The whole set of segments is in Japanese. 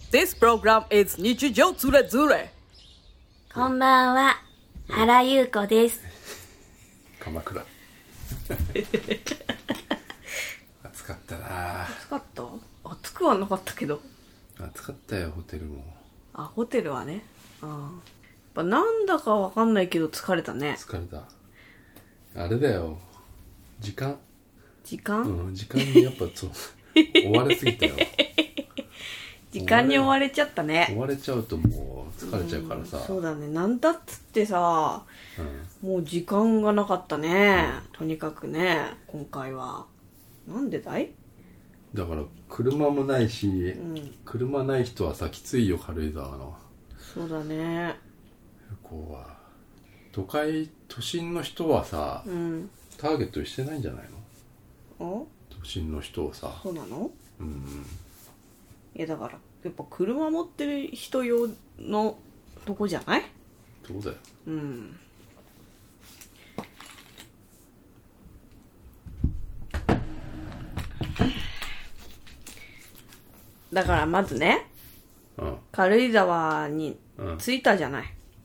This program is 日常ズレズレ。 こんばんは、原優子です。 鎌倉暑かったな。 暑かった？暑くはなかったけど。 暑かったよ、ホテルも。 あ、ホテルはね。やっぱなんだかわかんないけど疲れたね。 疲れた。あれだよ、時間時間にやっぱ追われすぎたよ時間に追われちゃったね。 追われちゃうともう疲れちゃうからさ、 そうだね。なんだっつってさ、もう時間がなかったね、とにかくね、今回は。なんでだい？ だから車もないし、車ない人はさ、きついよ、軽井沢の。 そうだね。 こうは都心の人はさ、ターゲットにしてないんじゃないの？都心の人をさ。 そうなの？いやだからやっぱ車持ってる人用のとこじゃない？ そうだよ。 だからまずね、軽井沢に着いたじゃない。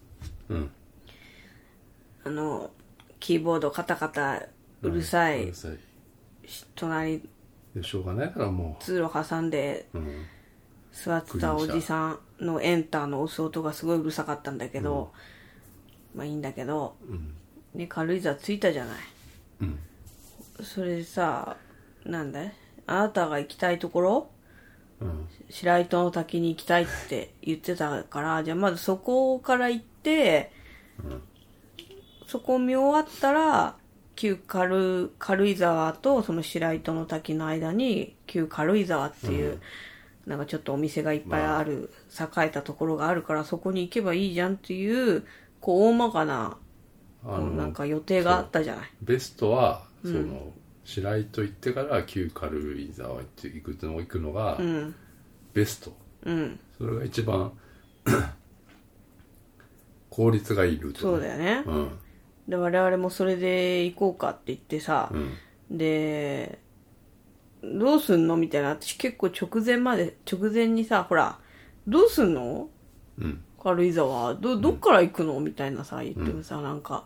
キーボードカタカタうるさい、隣でしょうがないからもう通路挟んで、座ってたおじさんのエンターの押す音がすごいうるさかったんだけど、まあいいんだけど、ね、軽井沢着いたじゃない。それでさ、なんだい、あなたが行きたいところ、白糸の滝に行きたいって言ってたから、じゃあまずそこから行って、そこを見終わったら旧軽井沢とその白糸の滝の間に旧軽井沢っていう、なんかちょっとお店がいっぱいある、栄えたところがあるから、そこに行けばいいじゃんっていう、こう大まかななんか予定があったじゃない。 ベストは、その白糸行ってから旧軽井沢行くのがベスト、それが一番効率がいいルート、ね、 そうだよね、で我々もそれで行こうかって言ってさ、でどうすんのみたいな。私結構直前にさ、ほらどうすんの、軽井沢どっから行くのみたいなさ言ってもさ、なんか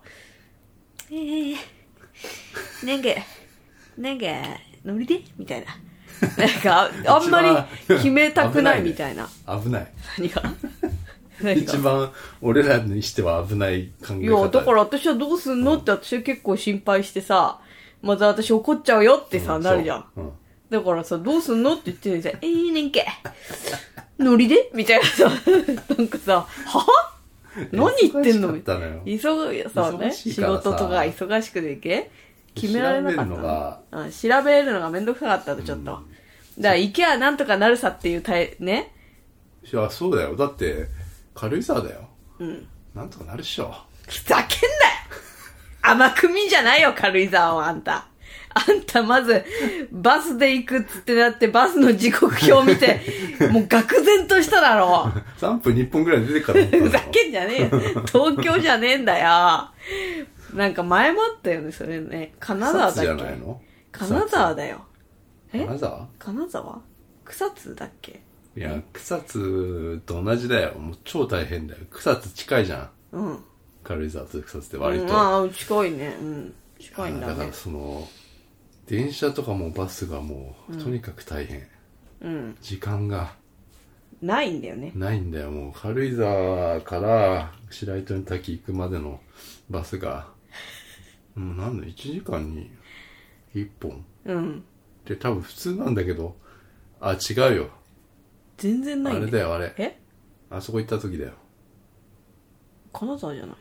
なんか乗りでみたいな、なんかあんまり決めたくないみたいな。 危ない。 何が一番俺らにしては危ない考え方。 いやだから私はどうすんのって、私は結構心配してさ、また私怒っちゃうよってさ、なるじゃん。だからさ、どうすんのって言ってるのにさ、ねんけノリでみたいなさ、なんかさ、は何言ってんのみたいな。忙しいからさ、仕事とか忙しくてけ決められなかったの。調べるのがめんどくさかったと、ちょっと。だから行けばなんとかなるさっていうね。 いや、そうだよ。だって、軽井沢だよ。なんとかなるっしょ。 ふざけんなよ甘く見んじゃないよ、軽井沢はあんたまず、バスで行くっつってなって、バスの時刻表見て、もう愕然としただろ。 3分2分くらい出てから。 ふざけんじゃねえよ。東京じゃねえんだよ。なんか前もあったよね、それね。金沢だっけ？ 草津じゃないの？ 金沢だよ。 金沢？ 草津だっけ？ いや、草津と同じだよ。もう超大変だよ。草津近いじゃん。軽井沢と草津って割と。 まあ、近いね。近いんだね。 だからその、電車とかもバスがもう、とにかく大変。時間が。 ないんだよね。 ないんだよ。もう軽井沢から白糸の滝行くまでのバスが、もう1時間に1本。で、多分普通なんだけど、違うよ。 全然ないね。 あれだよ、あれ。あそこ行った時だよ。 金沢じゃないの？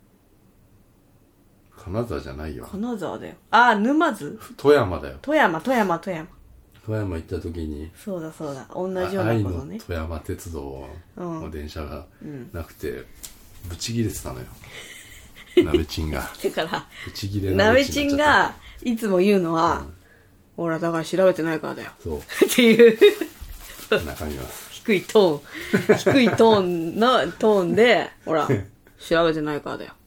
金沢じゃないよ。 金沢だよ。沼津？ 富山だよ。 富山。 富山行った時に。 そうだ。同じようなことね。 愛の富山鉄道の電車がなくて、ブチギレてたのよ。なべちんが。 だから、 ブチギレなべちんがいつも言うのは、ほら、だから調べてないからだよ。 そう。 っていう。 中身は。 低いトーンで、ほら、調べてないからだよ。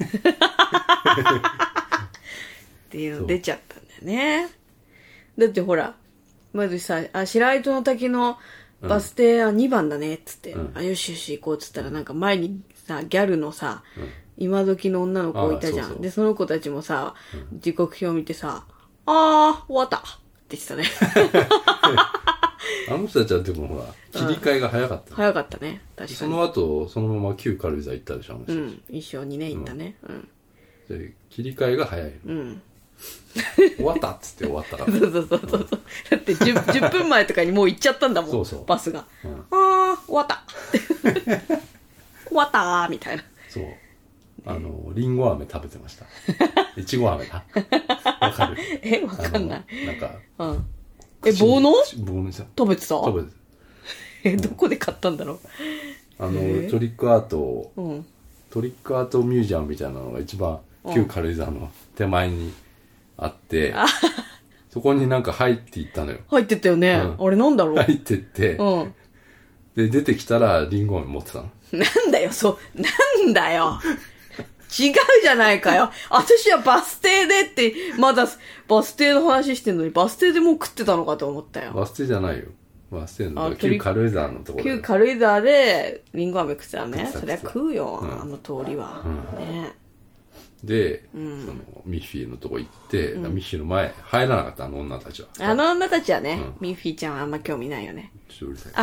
っていうの出ちゃったんだよね。だってほら、まずさ、白糸の滝のバス停2番だねっつって、あ、よしよし行こうっつったら、なんか前にさ、ギャルのさ、今時の女の子いたじゃん。で、その子たちもさ、時刻表見てさ、終わったって言ってたね。 あの人たちはでもほら、切り替えが早かった、ね。 早かったね。確かに。 その後、そのまま旧軽井沢行ったでしょ、あの人たち。 一緒にね、行ったね。 で切り替えが早い。終わったっつって終わったから。 そう。だって 10分前とかにもう行っちゃったんだもん。そう。バスが。終わった。終わったーみたいな。 そう。リンゴ飴食べてました。いちご飴だ。わかる？ わかんない。 なんか。 棒の？ 棒のさ。 食べてた？ 食べてどこで買ったんだろう。 トリックアート、トリックアートミュージアムみたいなのが一番旧軽井沢の手前にあって、そこになんか入っていったのよ。 入ってったよね。あれなんだろう。 入ってって、で、出てきたらリンゴ飴持ってたの。 なんだよ、なんだよ。違うじゃないかよ。私はバス停でって、まだバス停の話してんのに、バス停でもう食ってたのかと思ったよ。 バス停じゃないよ。バス停の旧軽井沢のところで。 旧軽井沢でリンゴ飴食ってたね。そりゃ食うよ、あの通りは。ね。 で、そのミッフィーのとこ行って、ミッフィーの前入らなかった、あの女たちは。 あの女たちはね、ミッフィーちゃんはあんま興味ないよね。 ちょっとうるさい。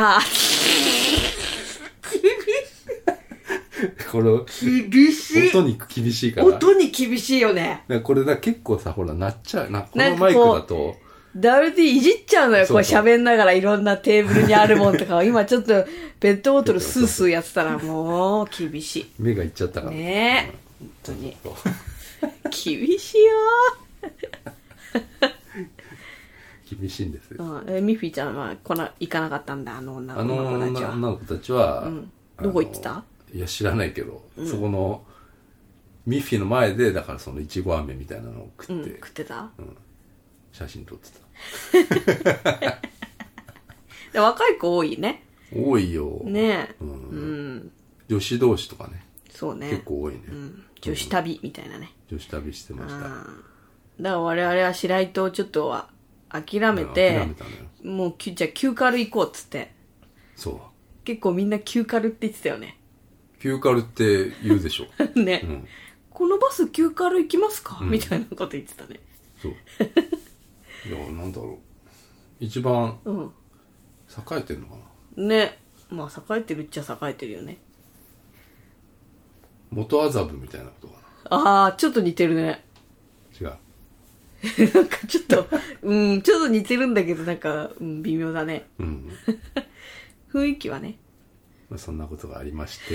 これ厳しい。 音に厳しいから。 音に厳しいよね。 これ結構さ、ほら、鳴っちゃうな。このマイクだと。 WD いじっちゃうのよ、こう喋んながらいろんなテーブルにあるもんとかを。今ちょっとペットボトルスースーやってたらもう厳しい。 目がいっちゃったから。 ねえ。本当に。厳しいよ厳しいんです。 ミッフィーちゃんは行かなかったんだ、あの女の子たちは。 女の子たちは、 どこ行ってた？ いや、知らないけど、そこの、ミッフィーの前で、だからそのいちご飴みたいなのを食って。 食ってた？ 写真撮ってた。若い子多いね。 多いよ。 ねえ。 女子同士とかね。 そうね。 結構多いね。 女子旅みたいなね。 女子旅してました。だから我々は白糸をちょっと諦めて、もうじゃあ旧軽行こうっつって。 そう。 結構みんな旧軽って言ってたよね。 旧軽って言うでしょ。 ね。このバス旧軽行きますかみたいなこと言ってたね。 そう。いや、なんだろう。一番、栄えてんのかな。ね。まあ、栄えてるっちゃ栄えてるよね。 元麻布みたいなことかな。ちょっと似てるね。 違う。 なんかちょっと、ちょっと似てるんだけど、なんか、微妙だね。雰囲気はね。 まあ、そんなことがありまして、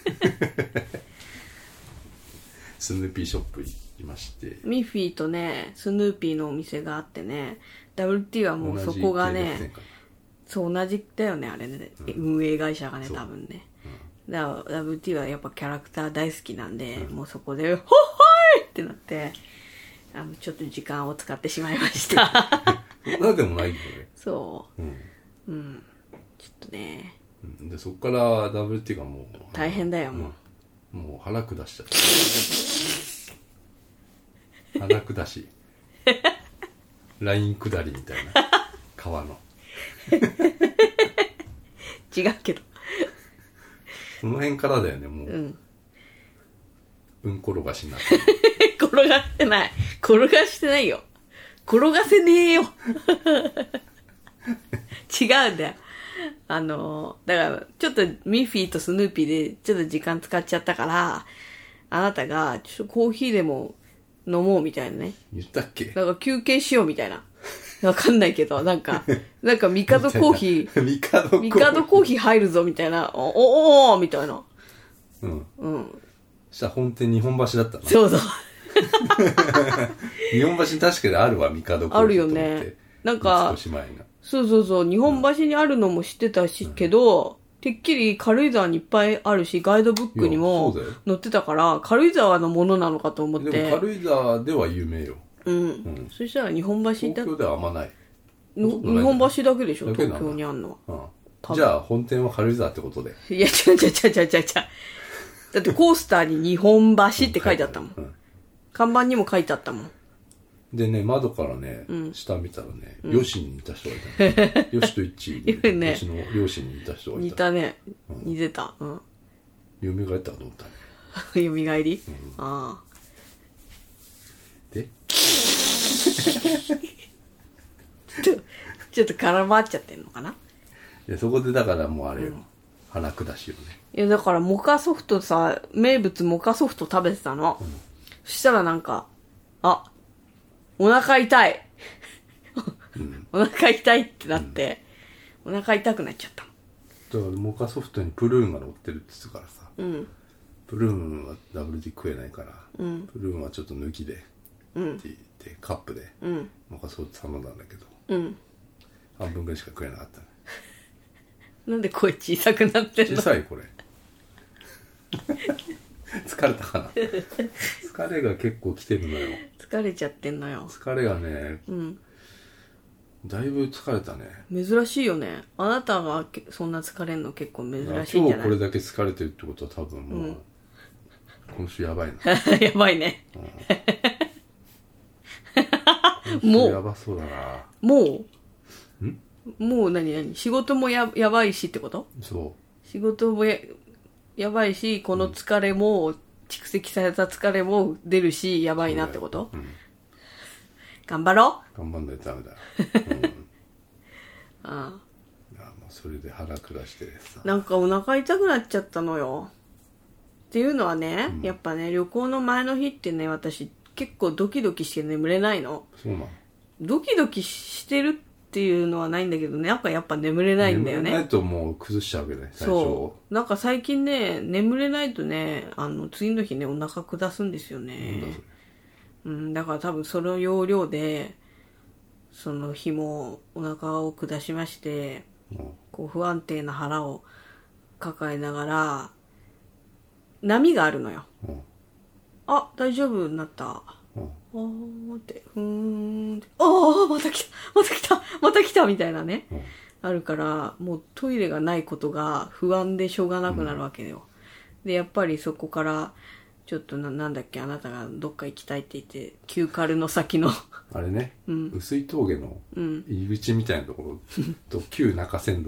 スヌーピーショップ行きまして。 ミッフィーとね、スヌーピーのお店があってね、WT はもうそこがね、そう、同じだよね、あれね。運営会社がね、多分ね。だから WT はやっぱキャラクター大好きなんで、もうそこで、ほっほーいってなって、ちょっと時間を使ってしまいました。 なんでもないけどね。 そう。ちょっとね。 で、そっから WT がもう。 大変だよ、もう。もう腹下しちゃって。腹下し。ライン下りみたいな。川の。 違うけど。 その辺からだよね、もう。転がしになって。 転がしてない。転がしてないよ。転がせねえよ。違うんだよ。だから、ちょっとミッフィーとスヌーピーでちょっと時間使っちゃったから、あなたが、ちょっとコーヒーでも飲もうみたいなね。 言ったっけ？ なんか休憩しようみたいな。わかんないけど、なんかミカドコーヒー、ミカドコーヒー入るぞみたいな、おーみたいな。 したら本店日本橋だったな。 そうそう。 日本橋に確かにあるわ、ミカドコーヒー。 あるよね。なんか、そう、日本橋にあるのも知ってたし、けど、てっきり軽井沢にいっぱいあるし、ガイドブックにも載ってたから、軽井沢のものなのかと思って。 でも軽井沢では有名よ。 そしたら日本橋だ。 東京ではあんまない。 日本橋だけでしょ、東京にあんのは。じゃあ本店は軽井沢ってことで。 いや、違う。だってコースターに日本橋って書いてあったもん。看板にも書いてあったもん。 でね、窓からね、下見たらね、ヨシに似た人がいたね。ヨシとイッチ、ヨシの両親に似た人がいた。 似たね。似てた。うん。 蘇ったかと思ったね。 蘇り、ああ。 でちょっと絡まっちゃってんのかな。 でそこでだからもうあれよ、鼻下しよね。 いやだからモカソフトさ、名物モカソフト食べてたの。そしたらなんか、あ、お腹痛い。お腹痛いってなって、お腹痛くなっちゃった。 だからモカソフトにプルーンが乗ってるって言ってたからさ、プルーンはダブルで食えないから、プルーンはちょっと抜きで、って言ってカップで、モカソフト頼んだんだけど、半分ぐらいしか食えなかったね。 なんで声小さくなってんの？ 小さいこれ。疲れたかな。疲れが結構来てるのよ。 疲れちゃってんのよ。 疲れがね、だいぶ疲れたね。 珍しいよね。あなたがそんな疲れんの結構珍しいんじゃない？ 今日これだけ疲れてるってことは多分もう、今週やばいな。 やばいね。 もうやばそうだな。 もう何仕事もやばいしってこと？ そう。 仕事もやばいし、この疲れも、蓄積された疲れも出るし、やばいなってこと？頑張ろう。頑張んないとダメだ。 ああ。 いやもうそれで腹下してさ。 なんかお腹痛くなっちゃったのよ。っていうのはね、やっぱね、旅行の前の日ってね、私結構ドキドキして眠れないの。 そうなの？ ドキドキしてるっていうのはないんだけどね、やっぱ眠れないんだよね。 眠れないともう崩しちゃうわけね、最初。 そう。なんか最近ね、眠れないとね、次の日ね、お腹下すんですよね。だから多分その要領で、その日もお腹を下しまして、こう不安定な腹を抱えながら、波があるのよ。あ、大丈夫になった。って、ふーんって、また来たみたいなね、あるから、もうトイレがないことが不安でしょうがなくなるわけよ。で、やっぱりそこから、ちょっとなんだっけ、あなたがどっか行きたいって言って、旧カルの先の。 あれね、碓氷峠の入り口みたいなところと、旧中山道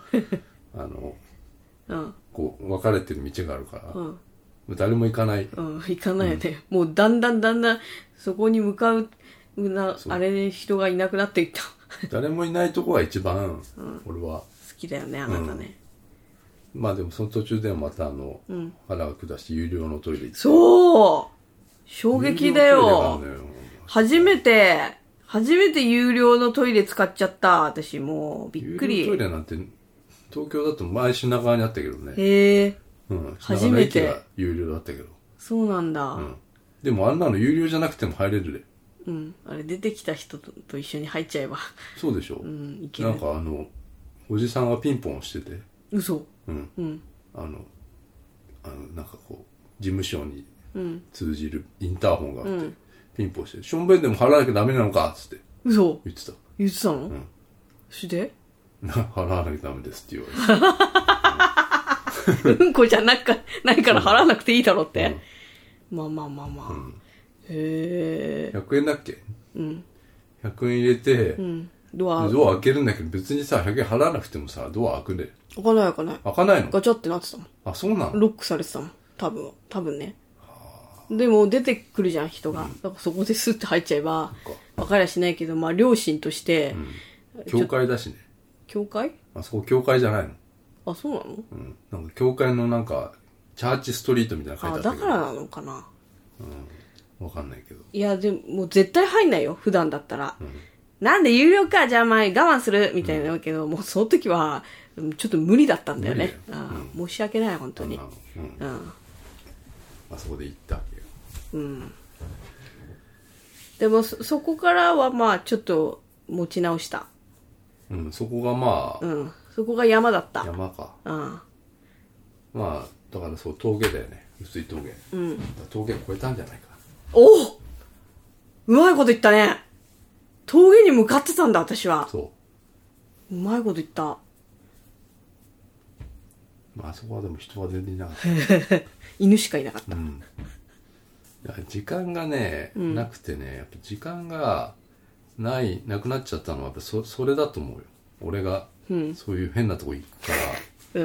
の、こう、分かれてる道があるから、誰も行かない。 行かないよね。もうだんだん、そこに向かう、あれで人がいなくなっていった。 誰もいないとこが一番、俺は。好きだよね、あなたね。 まあでもその途中でもまた腹が下して有料のトイレ行って。 そう衝撃だよ。初めて有料のトイレ使っちゃった。私もうびっくり。 有料トイレなんて、東京だと前品川にあったけどね。 へえ。 初めて。が有料だったけど。 そうなんだ。 でもあんなの有料じゃなくても入れるで。 あれ出てきた人と一緒に入っちゃえば。 そうでしょ。いける。なんかおじさんがピンポンしてて。 嘘。 なんかこう、事務所に通じるインターホンがあって、ピンポンして、しょんべんでも払わなきゃダメなのかっつって。 嘘。 言ってた。 言ってたの？して払わなきゃダメですって言われて。 うんこじゃないから払わなくていいだろって。まあ。へえ。 100円だっけ？100円入れて、ドア開けるんだけど、別にさ、100円払わなくてもさ、ドア開くね。 開かない。 開かないの？ ガチャってなってたもん。 あ、そうなの？ ロックされてたもん。多分ね。でも出てくるじゃん、人が。だからそこでスッて入っちゃえば、分かりゃしないけど、まあ、両親として。 教会だしね。 教会？ あそこ教会じゃないの？ あ、そうなの？ なんか教会のなんか、チャーチストリートみたいな書いてあったけど。 だからなのかな。 わかんないけど。 いや、でも絶対入んないよ、普段だったら。なんで有料か、じゃあまあ我慢するみたいなけど、もうその時はちょっと無理だったんだよね。申し訳ない本当に。 あそこで行ったわけよ。 でもそこからはまあちょっと持ち直した。 そこがまあ。そこが山だった。 山か。まあだからそう峠だよね、碓氷峠。峠越えたんじゃないか。 おお、うまいこと言ったね。峠に向かってたんだ、私は。うまいこと言った。 まあそこはでも人は全然いなかった。 犬しかいなかった。 時間がね、なくてね、やっぱ時間がなくなっちゃったのはやっぱそれだと思うよ。俺が、そういう変なとこ行くから、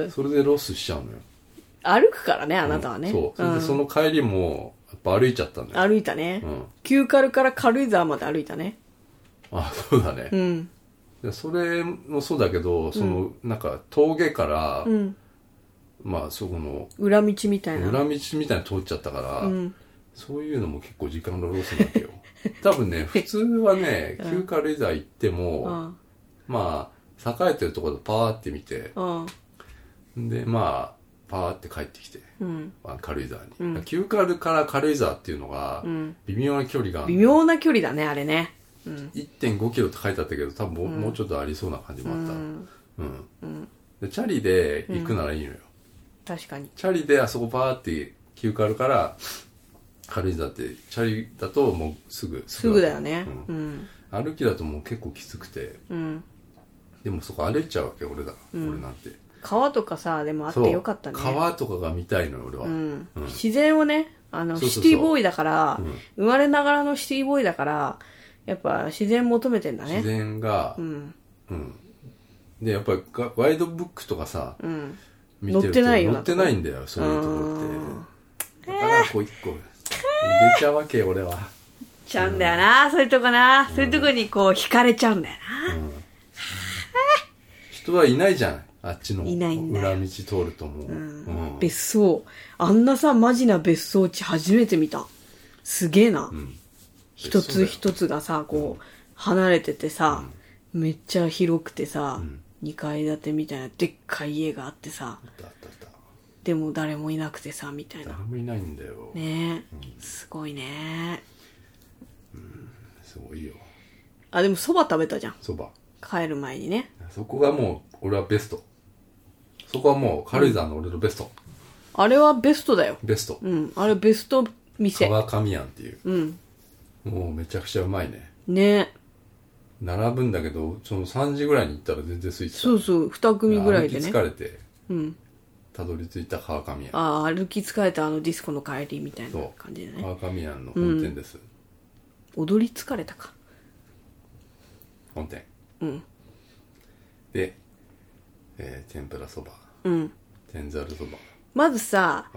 それでロスしちゃうのよ。 歩くからね、あなたはね。 そう。それでその帰りも、やっぱ歩いちゃったんだよ。 歩いたね。旧軽から軽井沢まで歩いたね。 あ、そうだね。それもそうだけど、なんか峠から、まあそこの裏道みたいな通っちゃったから、そういうのも結構時間のロスなわけよ。多分ね、普通はね、旧軽井沢行っても、まあ栄えてるところでパーって見て、でまあパーって帰ってきて、軽井沢に、旧軽から軽井沢っていうのが微妙な距離が微妙な距離だね、あれね。 1.5 キロって書いてあったけど、多分もうちょっとありそうな感じもあった。でチャリで行くならいいのよ。 確かに。 チャリであそこパーって旧軽から軽井沢ってチャリだともうすぐだよね。 歩きだともう結構きつくて、でもそこ歩いちゃうわけ俺なんて。 川とかさでもあってよかったね。 川とかが見たいのよ俺は。 自然をね、シティボーイだから、生まれながらのシティボーイだから、やっぱ自然求めてんだね。 自然が、でやっぱりガイドブックとかさ、見てると載ってないんだよ、そういうところって。だからこう一個入れちゃうわけよ俺は。 ちゃうんだよな、そういうとこな、そういうとこにこう惹かれちゃうんだよな。 人はいないじゃん、あっちの裏道通ると思う。 別荘、あんなさマジな別荘地初めて見た。すげえな。一つ一つがさこう離れててさ、めっちゃ広くてさ、2階建てみたいなでっかい家があってさ、でも誰もいなくてさみたいな。 誰もいないんだよね。すごいね。 すごいよ。 あ、でもそば食べたじゃん。 そば帰る前にね。 そこがもう俺はベスト。そこはもう軽井沢の俺のベスト。 あれはベストだよ。 ベスト。 あれベスト店。 川上庵っていう。もうめちゃくちゃうまいね。 ね。 並ぶんだけど、その3時ぐらいに行ったら全然空いてた。 そうそう、2組ぐらいでね。 歩き疲れて、たどり着いた川上庵。 ああ、歩き疲れたディスコの帰りみたいな感じでね。 川上庵の本店です。 踊り疲れたか。 本店。で、天ぷらそば。天ざるそば。 まずさ、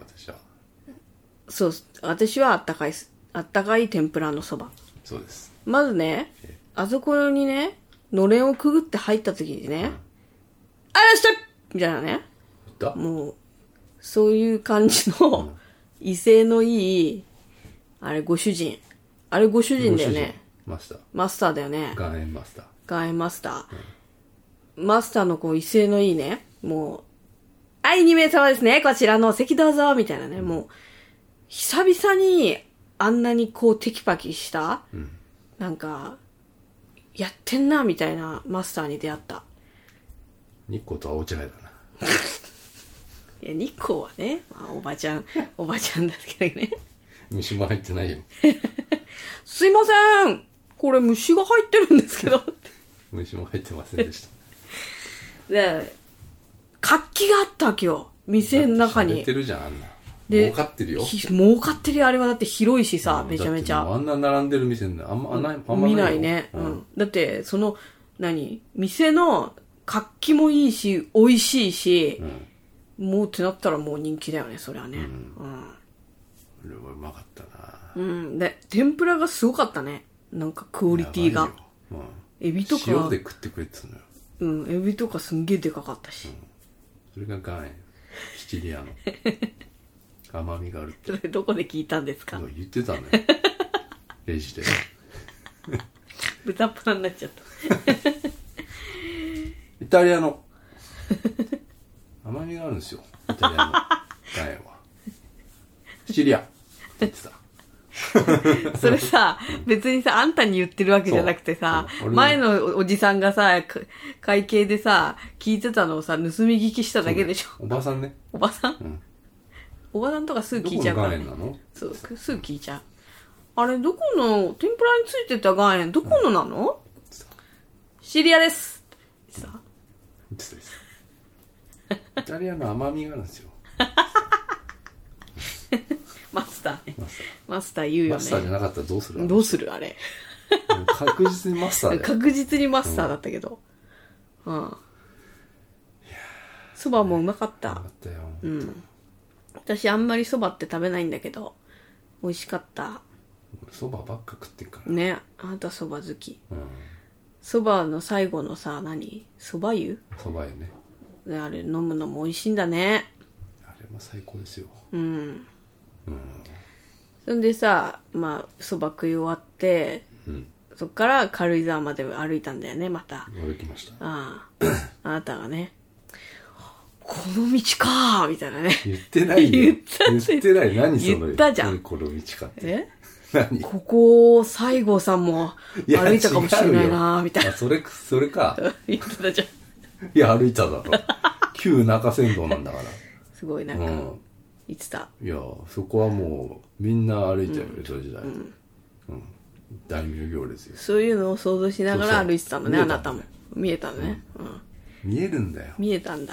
私はあったかい天ぷらのそば。 そうです。 まずね、あそこにね、のれんをくぐって入った時にね、あらっしゃいみたいなね。もう、そういう感じの、威勢のいい、あれご主人。あれご主人だよね。マスターだよね。 岩塩マスター。 岩塩マスター。マスターのこう威勢のいいね、もう、はい、2名様ですね、こちらのお席どうぞ、みたいなね、もう、久々にあんなにこうテキパキした、なんか、やってんな、みたいなマスターに出会った。 日光とは大違いだな。 いや、日光はね、まあ、おばちゃんだけどね。 虫も入ってないよ。 すいません、これ虫が入ってるんですけど。 虫も入ってませんでした。 で、活気があったわけよ、店の中に。 洒落てるじゃん、あんな。儲かってるよ。 儲かってるよ、あれは。だって広いしさ、めちゃめちゃ。 あんな並んでる店あんまないよ。 見ないね。だって、店の活気もいいし、美味しいし、もうってなったらもう人気だよね、それはね。 これはうまかったな。 で、天ぷらがすごかったね。なんかクオリティが。エビとか。 塩で食ってくれてたのよ。 エビとかすんげえでかかったし。 それが岩塩。シチリアの。甘みがあるって。 それどこで聞いたんですか？ 言ってたね。レジで。 豚っ鼻になっちゃった。 イタリアの。甘みがあるんですよ。イタリアの岩塩は。シチリアって言ってた。 それさ、別にさ、あんたに言ってるわけじゃなくてさ、前のおじさんがさ、会計でさ、聞いてたのをさ、盗み聞きしただけでしょ。 おばさんね。 おばさん、おばさんとかすぐ聞いちゃうから、ね。 どこの岩塩なの？ そう、すぐ聞いちゃう。あれ、どこの、天ぷらについてた岩塩、どこのなの？シチリアです。さ。 イタリアの甘みがあるんですよ。 マススターね。マスター言うよね。 マスターじゃなかったらどうする？ どうするあれ。 確実にマスターだよ。 確実にマスターだったけど。うん。そばもうまかった。 うまかったよ。 うん。私あんまりそばって食べないんだけど、美味しかった。 そばばっか食ってるから。 ね、あなたそば好き。 うん。 そばの最後のさ、そば湯？ そば湯ね。 あれ飲むのも美味しいんだね。 あれも最高ですよ。 うん。そんでさ、まあそば食い終わって、そっから軽井沢まで歩いたんだよね、また。 歩きました。 あなたがね、この道かーみたいなね。 言ってないよ。言ってない。何その言ったじゃん。 この道かって。何？ ここ、西郷さんも歩いたかもしれないなーみたいな。 それか。 言ってたじゃん。 いや、歩いただろ。旧中山道なんだから。 すごいなんか、言ってた。 いや、そこはもう、みんな歩いてるよ、江戸時代。大名行列よ。 そういうのを想像しながら歩いてたのね、あなたも。見えたのね。 見えるんだよ。 見えたんだ。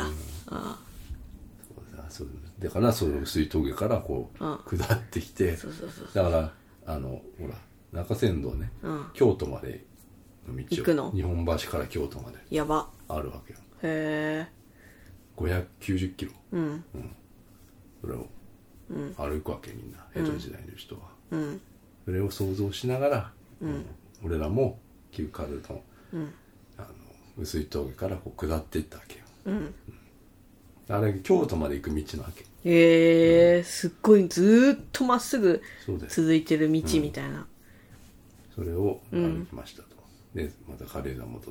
だから、その薄い峠からこう、下ってきて、だから、ほら、中山道ね、京都までの道を行くの？ 日本橋から京都まで。 やば。 あるわけよ。 へー。590キロ。それを歩くわけ、みんな。江戸時代の人は。それを想像しながら、俺らも旧軽の、薄い峠からこう下っていったわけよ。あれ京都まで行く道なわけ。 へえ、すっごいずーっとまっすぐ続いてる道みたいな。 それを歩きましたと。でまた軽井沢戻って。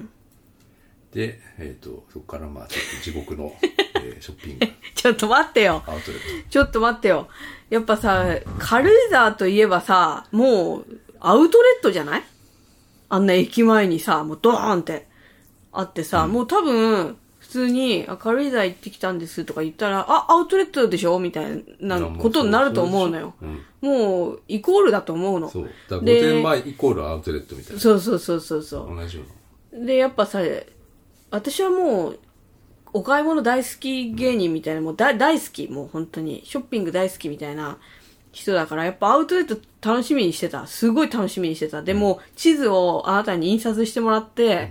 でそこからまあちょっと地獄の、ショッピング。 ちょっと待ってよ。 アウトレット。 ちょっと待ってよ。やっぱさ、軽井沢といえばさ、もうアウトレットじゃない？あんな駅前にさ、もうドーンってあってさ、もう多分普通に軽井沢行ってきたんですとか言ったら、アウトレットでしょみたいなことになると思うのよ。もうイコールだと思うの。 そう。だから御殿場イコールアウトレットみたいな。 そう。同じような。で、やっぱさ、私はもうお買い物大好き芸人みたいな、もう大好き、もう本当にショッピング大好きみたいな人だから、やっぱアウトレット楽しみにしてた。すごい楽しみにしてた。でも地図をあなたに印刷してもらって、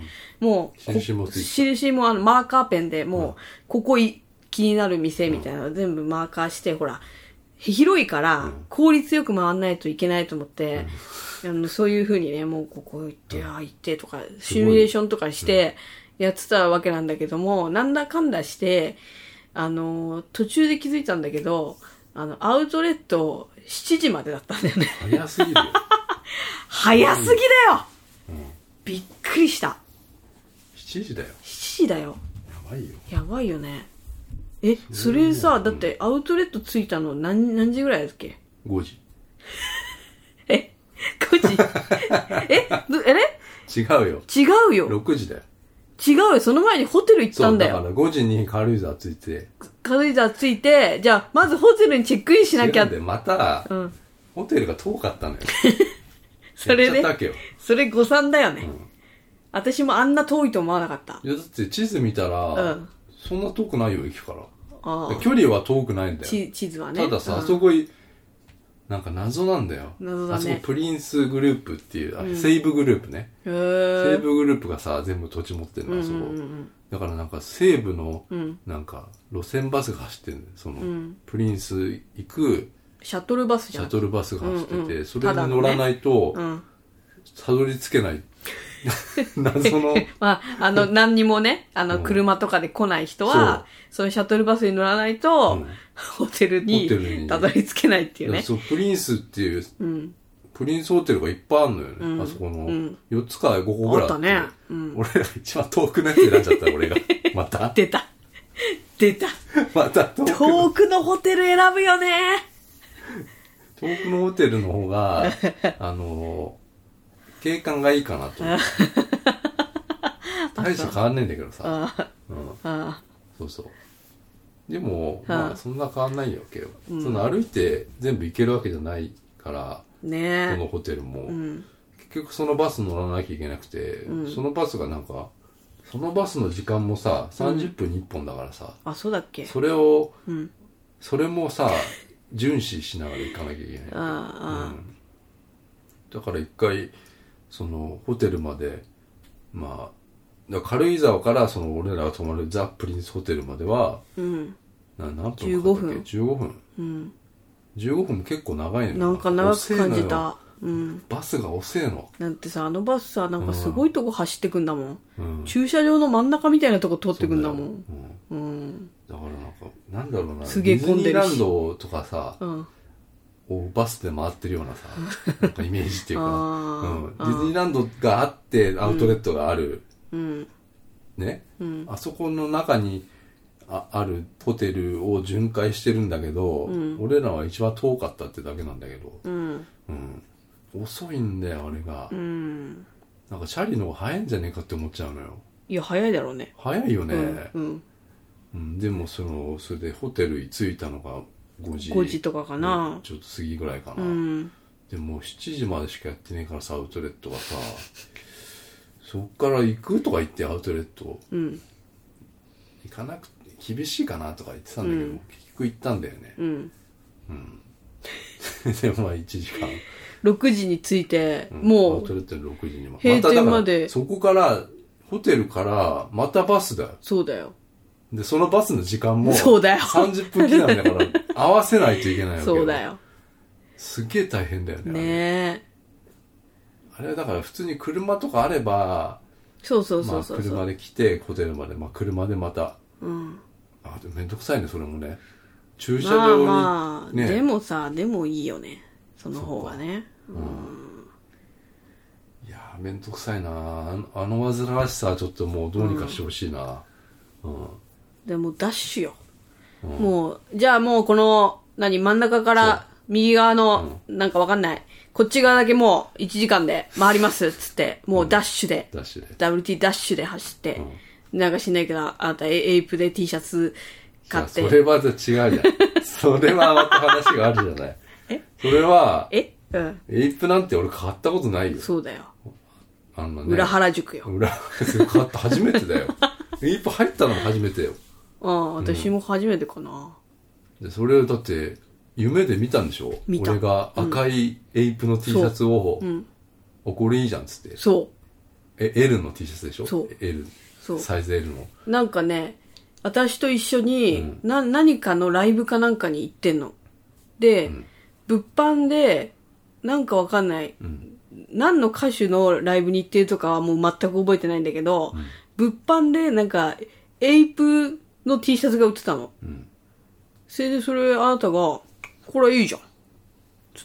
もう印もマーカーペンでもうここ気になる店みたいなの全部マーカーして、ほら広いから効率よく回んないといけないと思って、そういう風にね、もうここ行って行ってとかシミュレーションとかしてやってたわけなんだけども、なんだかんだして途中で気づいたんだけど、アウトレット7時までだったんだよね。 早すぎるよ。 早すぎだよ、びっくりした。 7時だよ。 7時だよ。 やばいよ。 やばいよね。それさ、だってアウトレット着いたの何時ぐらいだっけ？ 5時。 5時違うよ。 違うよ。 6時だよ。 違うよ。その前にホテル行ったんだよ。 そう、だから5時に軽井沢着いて。 軽井沢着いて、じゃあ、まずホテルにチェックインしなきゃ。 違うんで、また、ホテルが遠かったのよ。 それで、それ誤算だよね。 うん、 私もあんな遠いと思わなかった。 いや、だって地図見たら、そんな遠くないよ、駅から。距離は遠くないんだよ。 地図はね。 たださ、あそこなんか謎なんだよ。 謎だね。 あそこプリンスグループっていう、西部グループね。西部グループがさ、全部土地持ってるの、あそこ。だからなんか西部の、なんか路線バスが走ってるんだよ。その、プリンス行く、 シャトルバスじゃん。 シャトルバスが走ってて、それに乗らないと、たどり着けない。謎の。 まあ、何にもね、車とかで来ない人は、そのシャトルバスに乗らないと、ホテルにたどり着けないっていうね。 そう、プリンスっていう、プリンスホテルがいっぱいあるのよね。あそこの、4つか5個ぐらいあったね。俺ら一番遠くのやつ選んじゃった、俺が。また出た。 また遠くのホテル選ぶよね。 遠くのホテルの方が、景観がいいかなと思って。大して変わんないんだけどさ。そうそう。でも、まあ、そんな変わんないわけよ。その歩いて全部行けるわけじゃないから、 ね、 このホテルも、結局そのバス乗らなきゃいけなくて、そのバスがなんか、そのバスの時間もさ、30分に1本だからさ。 あ、そうだっけ？ それもさ、 巡視しながら行かなきゃいけない、だから一回そのホテルまでまあだ軽井沢からその俺らが泊まるザ・プリンスホテルまでは、何分かかったっけ 15分 15分、15分も結構長いね。 なんか長く感じた。 バスが遅えの。 なんてさ、あのバスさ、なんかすごいとこ走ってくんだもん。駐車場の真ん中みたいなとこ通ってくんだもん。 だからなんだろうな。 すげえ混んでるし。 ディズニーランドとかさ、バスで回ってるようなさ、なんかイメージっていうか、ディズニーランドがあってアウトレットがある。ね、あそこの中にあるホテルを巡回してるんだけど、俺らは一番遠かったってだけなんだけど、遅いんだよあれが、なんかチャリの方が早いんじゃねえかって思っちゃうのよ。 いや早いだろうね。 早いよね。でもそれでホテルに着いたのが5時とかかな、 ちょっと過ぎぐらいかな、でも7時までしかやってねえからさ、アウトレットがさ、そっから行くとか言ってアウトレット、行かなくて厳しいかなとか言ってたんだけど、結局行ったんだよね。でもまあ1時間 6時に着いて、もうアウトレットに6時に閉店まで、 そこからホテルからまたバスだよ。 そうだよ。 でそのバスの時間もそうだよ 30分刻みだから合わせないといけないわけよ。 そうだよ。 すげえ大変だよね。 ねえ。 あれだから普通に車とかあれば、 そう車で来てホテルまで、車でまた、でもめんどくさいねそれもね。駐車場にね。 でもさ、でもいいよねその方がね。 いやめんどくさいなあの煩わしさはちょっともうどうにかしてほしいな。 でもダッシュよ、もうじゃあもうこの真ん中から右側の、なんかわかんないこっち側だけもう1時間で回りますっつって、もうダッシュで、WT ダッシュで走って、なんかしないけど、あなたエイプで T シャツ買って。 それは違うじゃん。それはまた話があるじゃない。それは、エイプなんて俺買ったことないよ。 そうだよ。 裏原宿よ。 買った初めてだよ。エイプ入ったのも初めてよ。 私も初めてかな。 でそれだって夢で見たんでしょ。俺が赤いエイプの T シャツを、これいいじゃんっつって。 そう。 L の T シャツでしょ。 そう。 L。サイズ L の。 なんかね、私と一緒に、何かのライブかなんかに行ってんの。で、物販で、なんかわかんない、何の歌手のライブに行ってるとかはもう全く覚えてないんだけど、物販でなんか、エイプの T シャツが売ってたの。それであなたが、これいいじゃん。つって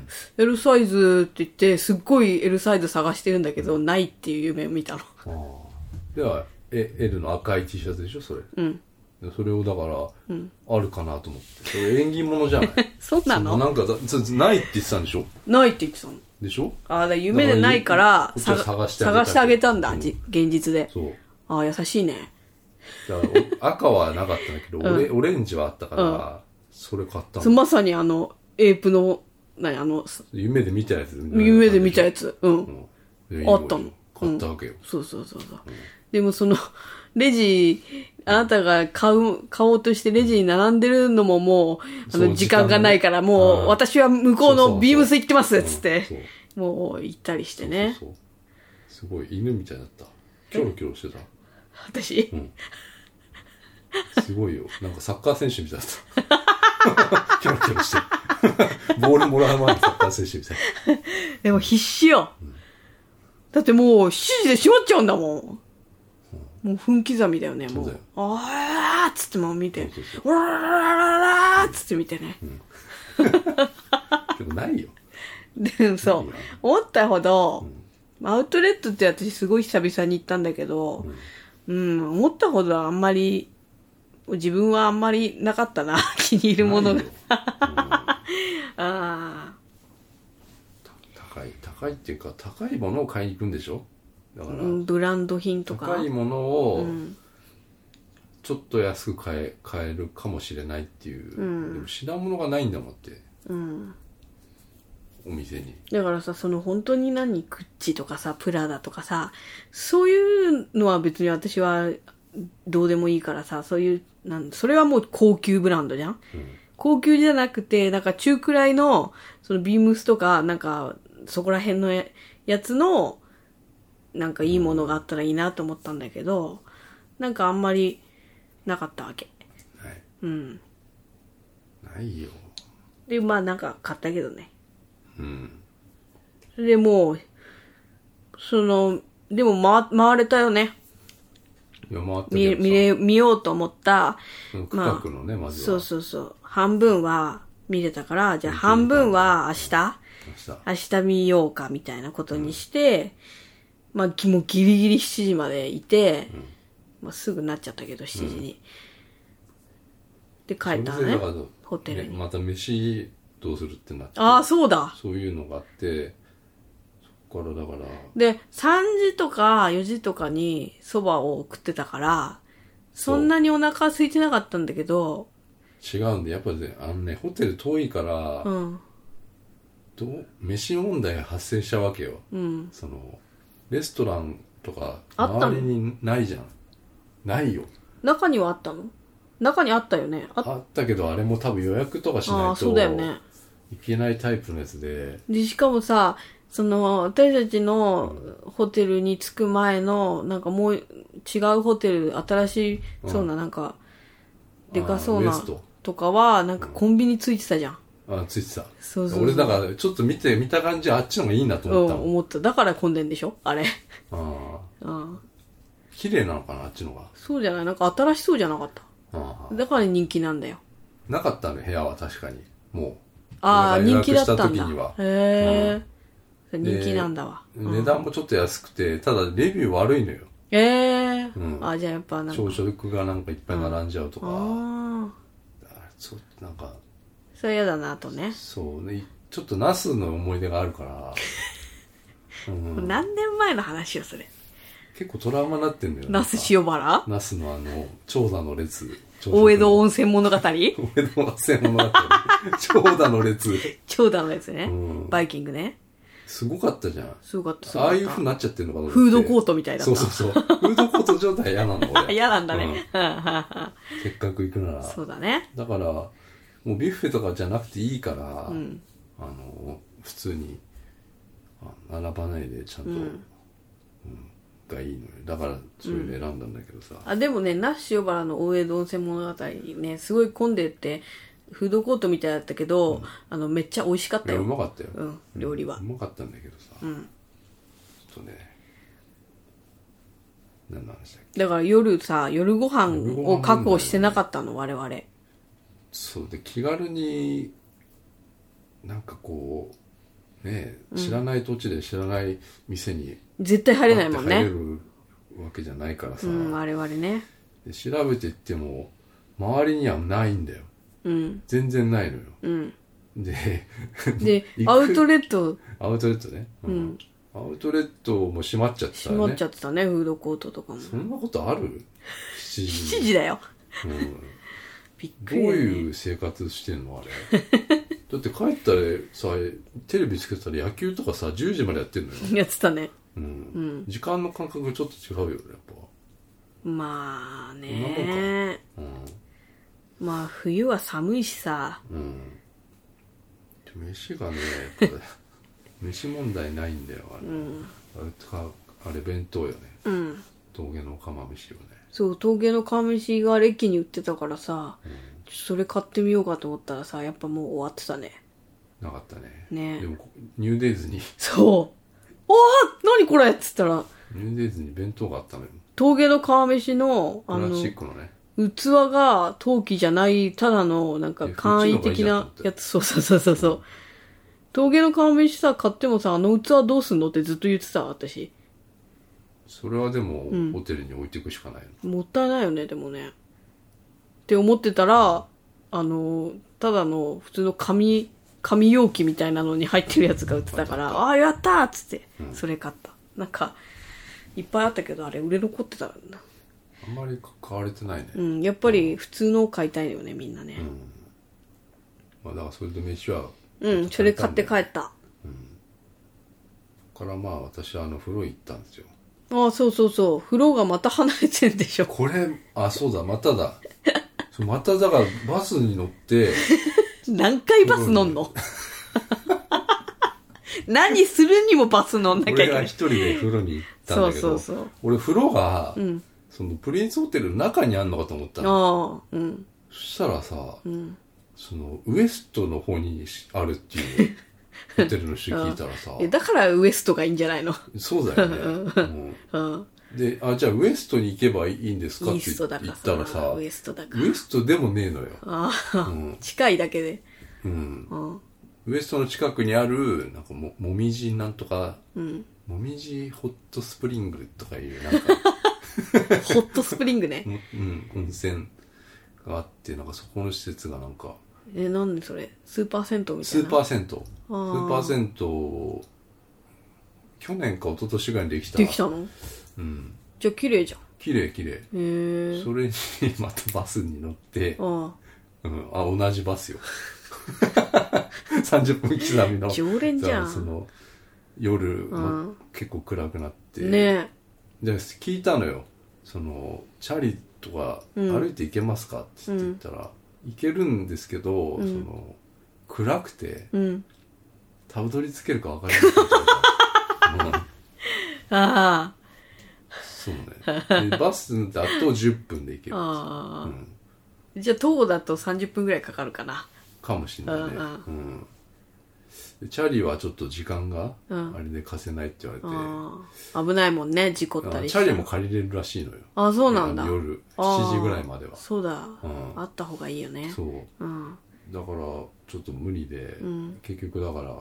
、L サイズって言って、すっごい L サイズ探してるんだけど、ないっていう夢を見たの。 では、L の赤い T シャツでしょ、それ。それをだから、あるかなと思って。それ縁起物じゃない。 そうなの？ なんかないって言ってたんでしょ？ ないって言ってたの。 でしょ？ 夢でないから、 探してあげたんだ、現実で。 そう。 優しいね。 赤はなかったんだけど、オレンジはあったから、それ買ったの。 まさにエイプの、 夢で見たやつ。 夢で見たやつ。あったの。 買ったわけよ。 そう。でもレジ、あなたが買おうとしてレジに並んでるのももう、時間がないから、もう、私は向こうのビームス行ってます、つって、もう行ったりしてね。 すごい、犬みたいだった。キョロキョロしてた。 私？ すごいよ。なんかサッカー選手みたいだった。キョロキョロして。ボールもらう前にサッカー選手みたいな。 でも必死よ。だってもう7時で閉まっちゃうんだもん。もう分刻みだよね、もう。あーっつってもう見て。わららららーっつって見てね。 でもないよ。 でもそう。思ったほど、アウトレットって私すごい久々に行ったんだけど、思ったほどあんまり、自分はあんまりなかったな、気に入るものが。 高いっていうか、高いものを買いに行くんでしょ？だからブランド品とか高いものをちょっと安く買えるかもしれないっていう、でも品物がないんだもんって、お店に。 だからさ、本当にグッチとかさ、プラダとかさ、そういうのは別に私はどうでもいいからさ、そういうそれはもう高級ブランドじゃん、 高級じゃなくて、なんか中くらいの、そのビームスとか、なんか、そこら辺のやつの、なんかいいものがあったらいいなと思ったんだけど、なんかあんまりなかったわけ。 はい。 うん。 ないよ。 で、まあなんか買ったけどね。 うん。 でもう、でも回れたよね。 いや、回ったけど見ようと思った。 区画のね、まずは。そう。半分は見れたから、じゃあ半分は明日見ようかみたいなことにして、まあ、もうギリギリ7時までいて、まあ、すぐなっちゃったけど、7時に。で、帰ったのね。ホテルに。 また飯どうするってなって。 ああ、そうだ。 そういうのがあって、そっからだから。 で、3時とか4時とかに蕎麦を食ってたから、そんなにお腹空いてなかったんだけど。 違うんで、やっぱね、ホテル遠いから、飯問題が発生しちゃうわけよ。レストランとか、周りにないじゃん。ないよ。 中にはあったの？中にあったよね。 あったけど、あれも多分予約とかしないといけないタイプのやつで。 で、しかもさ、私たちのホテルに着く前の、なんかもう違うホテル、新しいそうな、なんか、でかそうなとかは、なんかコンビニついてたじゃん。 ついてた。 そう。 俺だからちょっと見た感じあっちの方がいいなと思った。 思った。だから混んでんでしょあれ。 綺麗なのかなあっちのが。 そうじゃないなんか新しそうじゃなかった。だから人気なんだよ。 なかったね、部屋は確かに。もう。 人気だったんだ。 予約した時には。 へー。人気なんだわ。 値段もちょっと安くて、ただレビュー悪いのよ。 じゃあやっぱなんか。 朝食がなんかいっぱい並んじゃうとか。なんか。 それ嫌だなとね。 そうね。ちょっとナスの思い出があるから。 何年前の話よ、それ。 結構トラウマになってんだよね。 ナス塩原？ ナスの長蛇の列。 大江戸温泉物語？大江戸温泉物語。長蛇の列。 長蛇の列ね。バイキングね。 すごかったじゃん。 すごかった。 ああいう風になっちゃってるのかと思って。 フードコートみたいだった。 そう。フードコート状態嫌なの、俺。 嫌なんだね。 せっかく行くなら。 そうだね。 だから、もうビュッフェとかじゃなくていいから、普通に、並ばないでちゃんと、がいいのよ。だから、そういうの選んだんだけどさ。 でもね、那須塩原の大江戸温泉物語ね、すごい混んでて、フードコートみたいだったけど、めっちゃ美味しかったよ。 うまかったよ。 料理は。 うまかったんだけどさ。ちょっとね、何の話だっけ。 だから夜ご飯を確保してなかったの、我々。 そうで、気軽に、なんかこう、ね、知らない土地で知らない店に、 絶対入れないもんね。 入れるわけじゃないからさ。 我々ね。 で調べていっても、周りにはないんだよ。全然ないのよ。で、 アウトレットね。 アウトレットも閉まっちゃってたね。 閉まっちゃってたね、フードコートとかも。 そんなことある ?7 時だよ。 びっくり。どういう生活してんのあれ。だって帰ったらさ、テレビつけたら野球とかさ、10時までやってんのよ。 やってたね。 時間の感覚がちょっと違うよね、やっぱ。 まあね。まあ冬は寒いしさ。 飯がね、飯問題ないんだよ、あれ弁当よね。峠の釜飯よね。 そう、峠の釜飯が駅に売ってたからさ、それ買ってみようかと思ったらさ、やっぱもう終わってたね。 なかったね。 ね。 でもニューデイズに。 そう。何これっつったら。 ニューデイズに弁当があったのよ。 峠の釜飯の、 プラスチックのね。 器が陶器じゃない、ただの、なんか簡易的なやつ、そう。峠の釜飯さ、買ってもさ、器どうすんのってずっと言ってた、私。 それはでも、ホテルに置いていくしかないの。 もったいないよね、でもね。って思ってたら、ただの普通の紙容器みたいなのに入ってるやつが売ってたから、やったーっつって、それ買った。なんか、いっぱいあったけど、あれ売れ残ってたんだ。 あんまり買われてないね。 やっぱり普通のを買いたいよね、みんなね。 まあだからそれで飯は。 それ買って帰った。 からまあ私は風呂行ったんですよ。 そう。風呂がまた離れてんでしょ。 これ、そうだ、まただ。 まただからバスに乗って何回バス乗んの何するにもバス乗んなきゃいけない。 俺が一人で風呂に行ったんだけど、そう俺風呂が、そのプリンスホテルの中にあんのかと思ったの。そしたらさ、そのウエストの方にあるっていうホテルの人聞いたらさだからウエストがいいんじゃないの。 そうだよね、で、じゃあウエストに行けばいいんですかって言ったらさ、 ウエストでもねえのよ。 近いだけで。 ウエストの近くにある、なんかもみじなんとか、もみじホットスプリングとかいう、なんかホットスプリングね。 温泉があって、なんかそこの施設がなんか。 なんでそれスーパー銭湯みたいな。 スーパー銭湯、去年か一昨年ぐらいにできたの。じゃあ綺麗じゃん。 綺麗それにまたバスに乗って同じバスよ30分刻みの常連じゃん。 その夜、結構暗くなってね。で聞いたのよ、そのチャリとか歩いて行けますかって言ったら、行けるんですけど、その暗くて、たどり着けるか分からないそうね。でバスだと10分で行ける。 じゃあ徒歩だと30分ぐらいかかるかな。 かもしれないね。チャリはちょっと時間があれで貸せないって言われて、 危ないもんね、事故ったりしたら。チャリも借りれるらしいのよ。 そうなんだ。 夜7時ぐらいまでは。 そうだ、あった方がいいよね。 そう、だからちょっと無理で、結局だから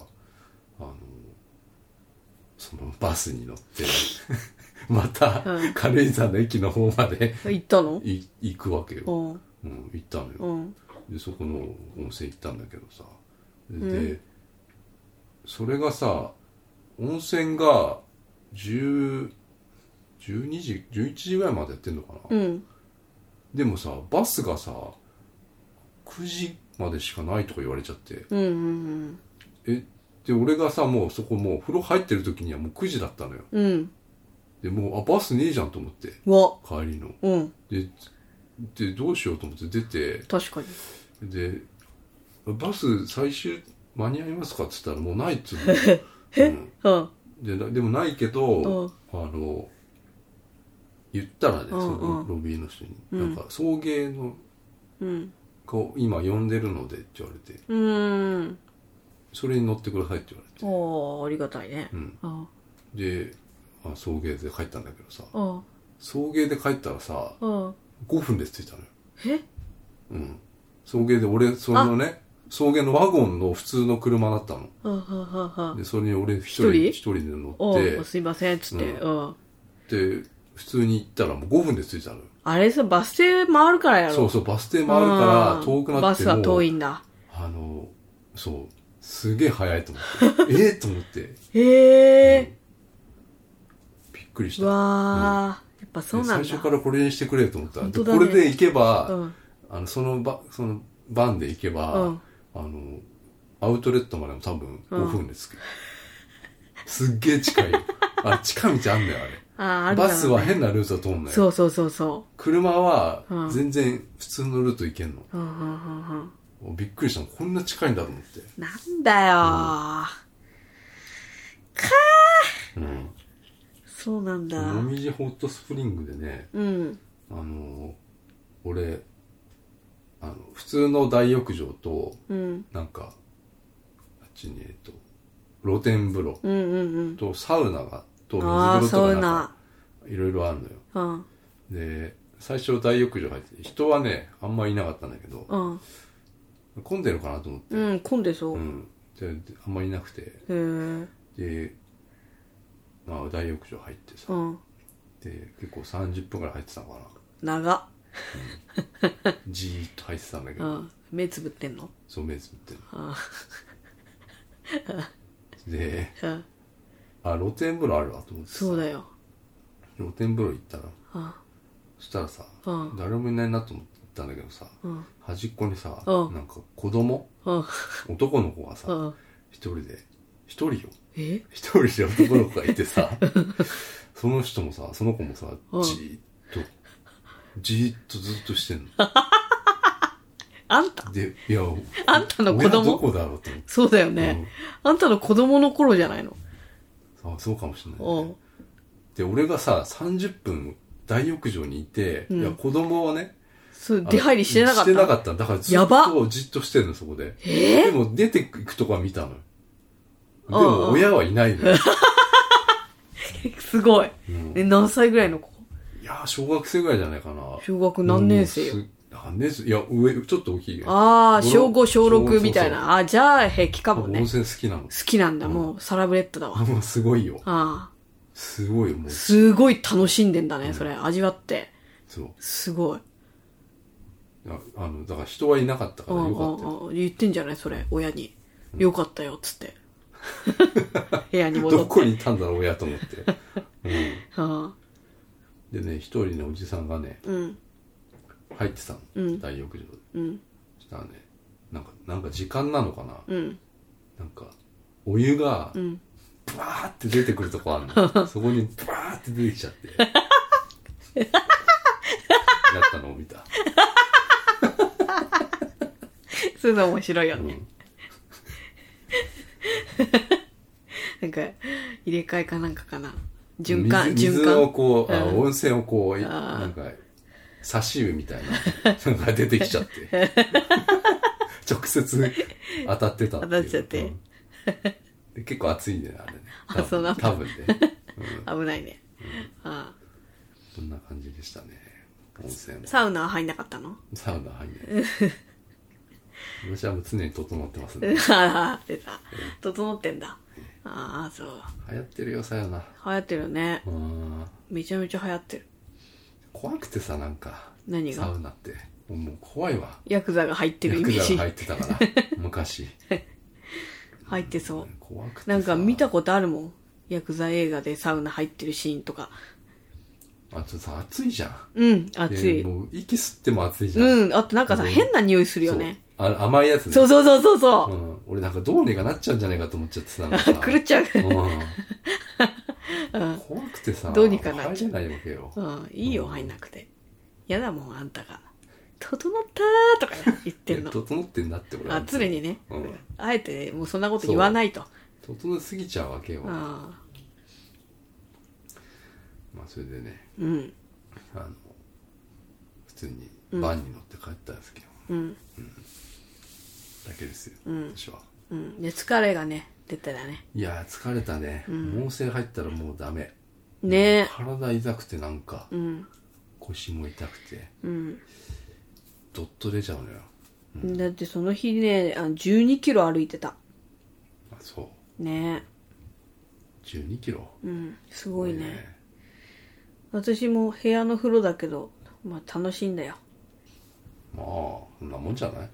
そのバスに乗ってまた軽井沢の駅の方まで行ったの？ 行くわけよ。行ったのよ。でそこの温泉行ったんだけどさ、でそれがさ、温泉が12時11時ぐらいまでやってんのかな。でもさ、バスがさ9時までしかないとか言われちゃって、で俺がさ、もうそこもう風呂入ってる時にはもう9時だったのよ。でもうバスねえじゃんと思って、帰りの、でどうしようと思って出て、 確かに。 でバス最終間に合いますかって言ったらもうないっつうの。でもないけど、言ったらね、そのロビーの人に、なんか送迎の子今呼んでるのでって言われて、それに乗ってくださいって言われて、 ありがたいね。 で送迎で帰ったんだけどさ、送迎で帰ったらさ、5分で着いたのよ。送迎で俺そのね、送迎のワゴンの普通の車だったの。でそれに俺一人で乗ってすいませんっつって、 で普通に行ったらもう5分で着いたのよ。 あれさ、バス停回るからやろ。 そうバス停回るから遠くなってもバスは遠いんだ。 そうすげえ早いと思ってと思ってびっくりした。 わー、やっぱそうなんだ。 最初からこれにしてくれと思ったら、これで行けば、そのバンで行けば、アウトレットまでも多分5分で着く。すっげえ近いよ。近道あんだよあれ。バスは変なルート通んない。 そう。車は全然普通のルート行けんの。びっくりしたの、こんな近いんだと思って。 なんだよそうなんだ。 もみじホットスプリングでね、俺普通の大浴場と、なんかあっちに露天風呂、とサウナがと水風呂とかなんかいろいろあるのよ。で最初大浴場入って人はねあんまりいなかったんだけど、混んでるかなと思って、 混んでそう、 であんまりいなくて、で大浴場入ってさ、で結構30分ぐらい入ってたのかな。長っ。 じーっと入ってたんだけど、 目つぶってんの？ そう、目つぶってんの。で露天風呂あるわと思ってさ、 そうだよ。 露天風呂行ったら、そしたらさ、誰もいないなと思ったんだけどさ、端っこにさ、なんか子供、男の子がさ、一人よ、一人で男の子がいてさその人もさ、その子もさ、じーっとずっとしてんのあんたで、いや、 あんたの子供親どこだろうと思って。 そうだよね。あんたの子供の頃じゃないの。 そうかもしれない、 ね。 で、俺がさ、30分大浴場にいて、いや、子供はね、 そう、出入りしてなかった。 してなかった。だからずっとしてるの、そこで。でも出ていくとこは見たのよ。でも親はいないのよ。 すごい。何歳ぐらいの子？ いや、小学生ぐらいじゃないかな。 小学何年生よ。 何年生？いや、上、ちょっと大きいよ。 ああ、小5、小6みたいな。あ、じゃあ平気かもね。 温泉好きなの。 好きなんだ、もう、サラブレッドだわ。 もうすごいよ。 ああ。 すごいよ、もう。 すごい楽しんでんだね、それ。味わって。 そう。 すごい。 だから人はいなかったからよかったよ。 言ってんじゃないそれ、親に。よかったよ、つって。部屋に戻って。 どこにいたんだろう、親と思って。でね、一人のおじさんがね、入ってたの。大浴場で。そしたらね、なんか時間なのかな。なんか、お湯が、ブワーって出てくるとこあるの。そこにブワーって出てきちゃって。やったのを見た。 そういうの面白いよね。なんか、入れ替えかなんかかな。循環。 水をこう、温泉をこう、なんか、差し湯みたいな、なんか出てきちゃって。直接当たってたっていう。 当たっちゃって。 で結構暑いね、あれね。 そうなんだ。 多分ね。 危ないね。 そんな感じでしたね。温泉も。 サウナは入んなかったの？ サウナ入んない。私はもう常に整ってますね。 出た。整ってんだ。ああ、そう。 流行ってるよ、サウナ。 流行ってるね。めちゃめちゃ流行ってる。 怖くてさ、なんか。 何が？ サウナって。もう怖いわ。 ヤクザが入ってるイメージ。 ヤクザが入ってたから、昔。 入ってそう。 怖くてさ。 なんか見たことあるもん。ヤクザ映画でサウナ入ってるシーンとか。 あとさ、暑いじゃん。 うん、暑い。 もう息吸っても暑いじゃん。 あとなんかさ、変な匂いするよね。 甘いやつね。 そう。 俺なんかどうにかなっちゃうんじゃないかと思っちゃってさ。 狂っちゃう。 怖くてさ、 どうにかなっちゃう。 入れないわけよ。 いいよ、入んなくて。やだもん、あんたが。整ったーとか言ってんの。 整ってんだって俺は。 常にね。あえて、もうそんなこと言わないと。 整いすぎちゃうわけよ。まあそれでね、普通にバンに乗って帰ったんですけど、だけですよ、私は。 で、疲れがね、出てたね。 いや、疲れたね。猛省入ったらもうダメ。 ね。 体痛くてなんか、腰も痛くて、どっと出ちゃうのよ。 だってその日ね、12キロ歩いてた。 あ、そう。 ね。 12キロ？ すごいね。私も部屋の風呂だけど、まあ楽しいんだよ。 まあ、そんなもんじゃない？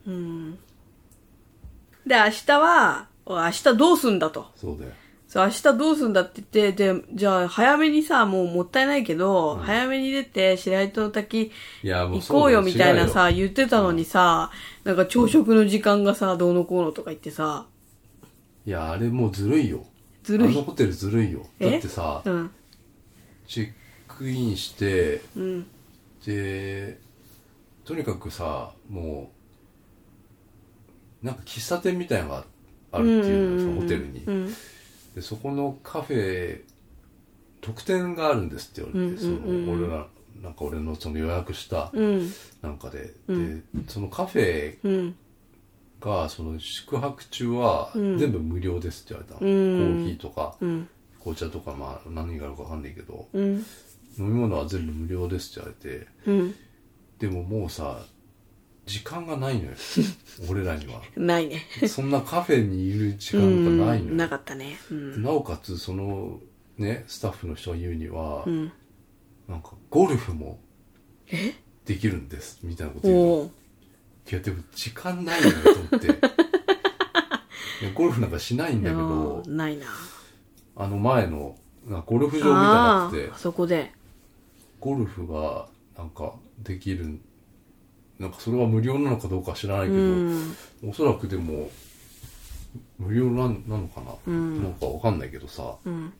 で、明日どうすんだと。 そうだよ。 そう、明日どうすんだって言って、で、じゃあ早めにさ、もうもったいないけど、早めに出て白糸の滝行こうよみたいなさ、言ってたのにさ、なんか朝食の時間がさ、どうのこうのとか言ってさ。 いや、あれもうずるいよ。あのホテルずるいよ。だってさ、チェックインして、で、とにかくさ、もう、なんか喫茶店みたいなのがあるっていうのよ、ホテルに。で、そこのカフェ、特典があるんですって言われて、俺のその予約したなんかで、で、そのカフェが、その宿泊中は全部無料ですって言われたの。コーヒーとか、紅茶とか、まあ何があるかわかんないけど、飲み物は全部無料ですって言われて、でももうさ、時間がないのよ。俺らには。 ないね。 そんなカフェにいる時間がないのよ。 なかったね。 なおかつ、その、ね、スタッフの人が言うには、なんか、ゴルフもできるんです、みたいなこと言うの。いや、でも時間ないのよ、と思って。いや、ゴルフなんかしないんだけど、 ないな。 前の、ゴルフ場みたいなのって、 そこで。 ゴルフが、なんか、できるなんかそれは無料なのかどうかは知らないけど、おそらくでも無料なのかな、なんかわかんないけどさ、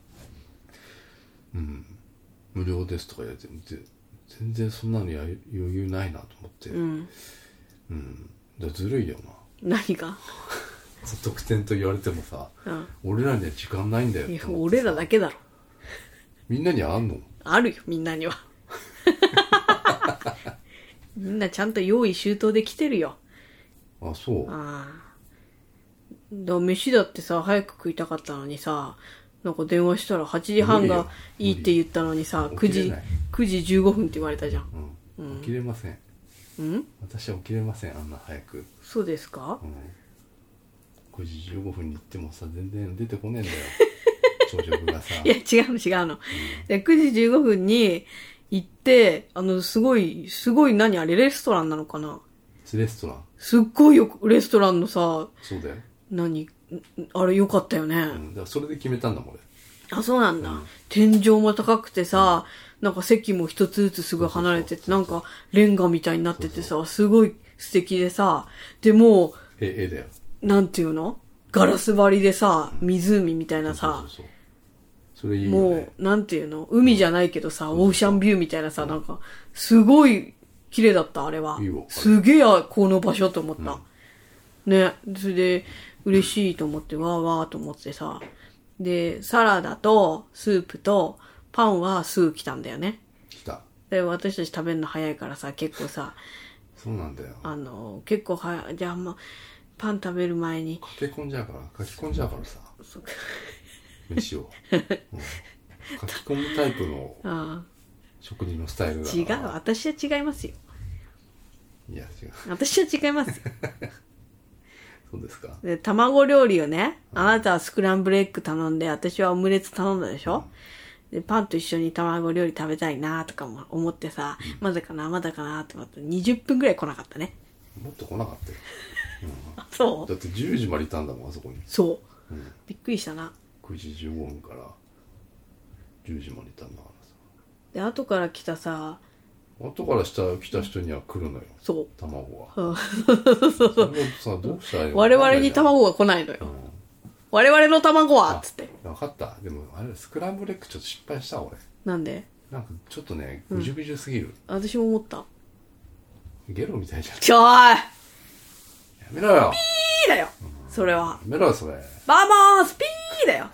無料ですとか言われて全然そんなの余裕ないなと思って、 ずるいよな。 何が得点と言われてもさ、俺らには時間ないんだよ。 いや俺らだけだろ。 みんなにはあんの？あるよ、みんなには。みんなちゃんと用意周到で来てるよ。 あ、そう。 飯だってさ、早く食いたかったのにさ、なんか電話したら8時半がいいって言ったのにさ、9時15分って言われたじゃん。 起きれません。私は起きれません、あんな早く。 そうですか ？9時15分に行ってもさ、全然出てこねえんだよ。朝食がさ。 いや、違うの。で、9時15分に行って、すごい、何あれ、レストランなのかな？ レストラン？ すっごいレストランのさ、 そうだよ。 あれ良かったよね。 だからそれで決めたんだもん、俺。 あ、そうなんだ。天井も高くてさ、なんか席も一つずつすごい離れてて、なんかレンガみたいになっててさ、すごい素敵でさ、でも、 だよ。 なんていうの？ガラス張りでさ、湖みたいなさ、 それいいよね。 もう、なんていうの？海じゃないけどさ、オーシャンビューみたいなさ、なんか、すごい綺麗だった、あれは。すげえこの場所と思った。ね。それで、嬉しいと思って、わーわーと思ってさ。で、サラダと、スープと、パンはすぐ来たんだよね。 来た。 で、私たち食べるの早いからさ、結構さ、 そうなんだよ。 結構早い。じゃあパン食べる前に。 書き込んじゃうからさ。飯を。書き込むタイプの食事のスタイルだから。 違う、私は違いますよ。 いや、違う。 私は違いますよ。 そうですか。 で、卵料理をね、あなたはスクランブルエッグ頼んで、私はオムレツ頼んだでしょ？で、パンと一緒に卵料理食べたいなとかも思ってさ、まだかなって思って20分くらい来なかったね。 もっと来なかったよ。 そう？ だって10時までいたんだもん、あそこに。 そう。びっくりしたな。 9時15分から10時までいたんだからさ。 で、後から来た人には来るのよ。 そう。 卵が。 そうさ、どうしたらいいの？ 我々に卵が来ないのよ。我々の卵はつって。 分かった。でも、あれ、スクランブルエッグちょっと失敗した、俺。 なんで？ なんか、ちょっとね、ぐじゅぐじゅすぎる。 私も思った。 ゲロみたいじゃん。 ちょーい！やめろよ！ ピーだよ！それは。 やめろよ、それ。 バーモースピーだよ！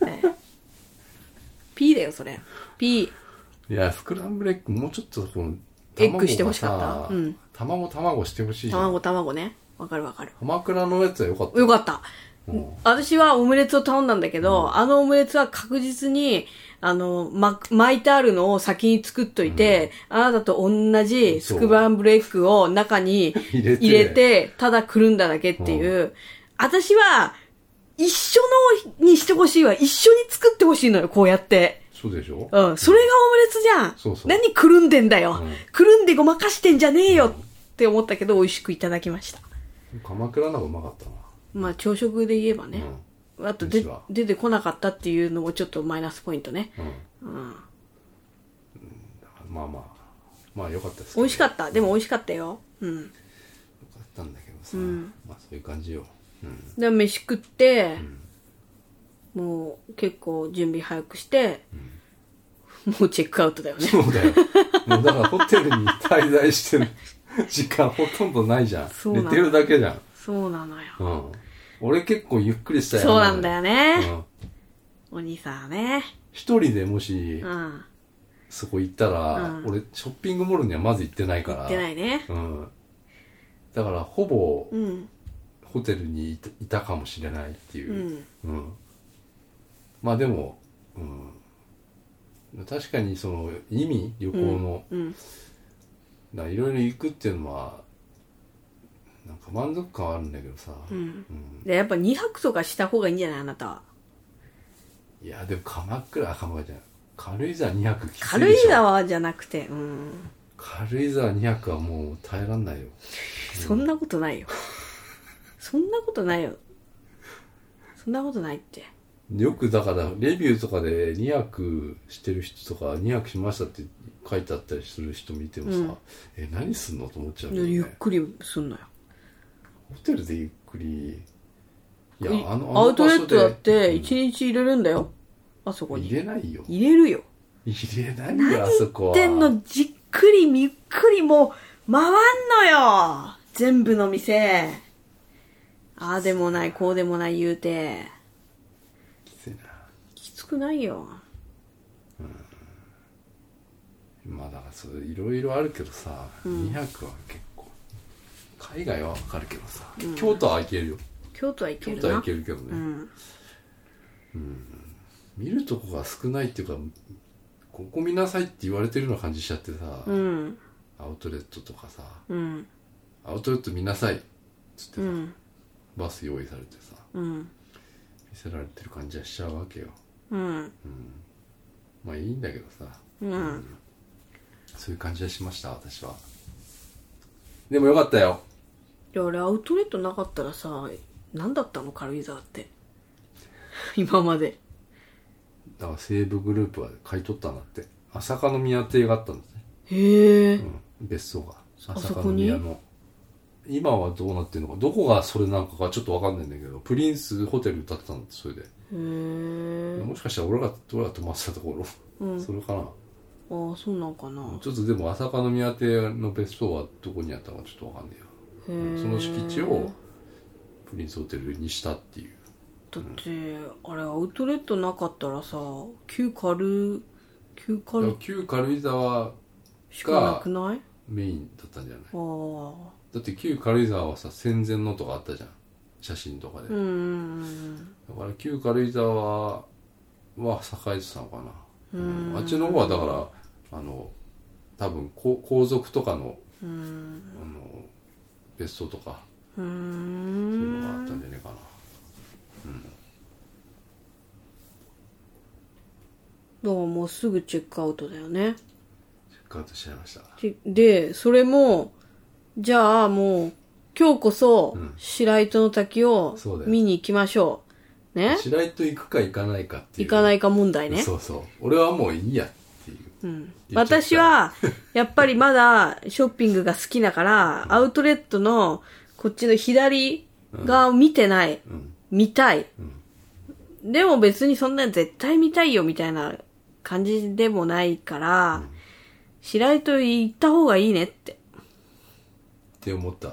ピーだよ、それ。ピー。 いや、スクランブルエッグもうちょっとエッグしてほしかった。 卵してほしいじゃん。 卵ね。わかる。 鎌倉のやつはよかった。 よかった。私はオムレツを頼んだんだけど、オムレツは確実に、巻いてあるのを先に作っといて、あなたと同じスクランブルエッグを中に入れて、ただくるんだだけっていう。私は、一緒のにしてほしいわ。一緒に作ってほしいのよ、こうやって。 そうでしょ？ それがオムレツじゃん。そう。何くるんでんだよ。くるんでごまかしてんじゃねえよって思ったけど、美味しくいただきました。 鎌倉の方がうまかったな。 まあ朝食で言えばね、あと出てこなかったっていうのもちょっとマイナスポイントね。 まあ良かったです、 美味しかった。でも美味しかったよ。 良かったんだけどさ、まあそういう感じよ。 で飯食って、もう結構準備早くして、もうチェックアウトだよね。 そうだよ。もうだからホテルに滞在してる時間ほとんどないじゃん。寝てるだけじゃん。 そうなのよ。 俺結構ゆっくりしたよ。 そうなんだよね。お兄さんはね。 一人でもし、そこ行ったら、俺ショッピングモールにはまず行ってないから。 行ってないね。 だからほぼ、ホテルにいたかもしれないっていう。まあでも、確かにその旅行の、いろいろ行くっていうのは、なんか満足感はあるんだけどさ、 でやっぱ2泊とかした方がいいんじゃないあなたは。 いやでも鎌倉じゃない、軽井沢2泊きついでしょ。 軽井沢じゃなくて、 軽井沢2泊はもう耐えらんないよ。 そんなことないよ。そんなことないよ。そんなことないって。 よくだからレビューとかで2泊してる人とか2泊しましたって書いてあったりする人見てもさ、何すんのと思っちゃうけどね。 ゆっくりすんのよ。 ホテルでゆっくり。いや、 アウトレットだって1日入れるんだよ。あそこに。 入れないよ。 入れるよ。 入れないよ、あそこは。 何言ってんの、じっくりみっくりもう回んのよ。 全部の店ああでもないこうでもない言うてきついな。 きつくないよ。 まあだからそれいろいろあるけどさ、200は結構海外はわかるけどさ、京都は行けるよ。 京都は行けるな。 京都は行けるけどね、見るとこが少ないっていうか、ここ見なさいって言われてるような感じしちゃってさ、アウトレットとかさ、アウトレット見なさいっつってさ、バス用意されてさ、見せられてる感じはしちゃうわけよ。まあいいんだけどさ、そういう感じはしました私は。でもよかったよ。 いや、俺アウトレットなかったらさ、何だったの軽井沢って今まで。 だから西武グループは買い取ったんだって。朝霞宮邸があったんですね。 へえ、 別荘が朝霞宮の。今はどうなってるのか、どこがそれなのかがちょっと分かんないんだけど、プリンスホテル歌ってたんだって。それでもしかしたら俺が泊まってたところ、それかな。ああ、そうなんかな。 ちょっとでも朝霞宮邸の別荘はどこにあったかちょっと分かんないよ。その敷地をプリンスホテルにしたっていう。 だって、あれアウトレットなかったらさ、旧軽井沢しかなくない？ メインだったんじゃない？ ああ。 だって旧軽井沢はさ、戦前のとかあったじゃん、写真とかで。だから旧軽井沢は栄えてたのかな。あっちの方はだから多分皇族とかの別荘とかそういうのがあったんじゃねえかな。 だからもうすぐチェックアウトだよね。 チェックアウトしちゃいました。 でそれもじゃあもう今日こそ白糸の滝を見に行きましょうね。 白糸行くか行かないかっていう、 行かないか問題ね。 そうそう、俺はもういいやっていう、 私はやっぱりまだショッピングが好きだから、アウトレットのこっちの左側を見てない、見たい、でも別にそんな絶対見たいよみたいな感じでもないから、白糸行った方がいいねって思った。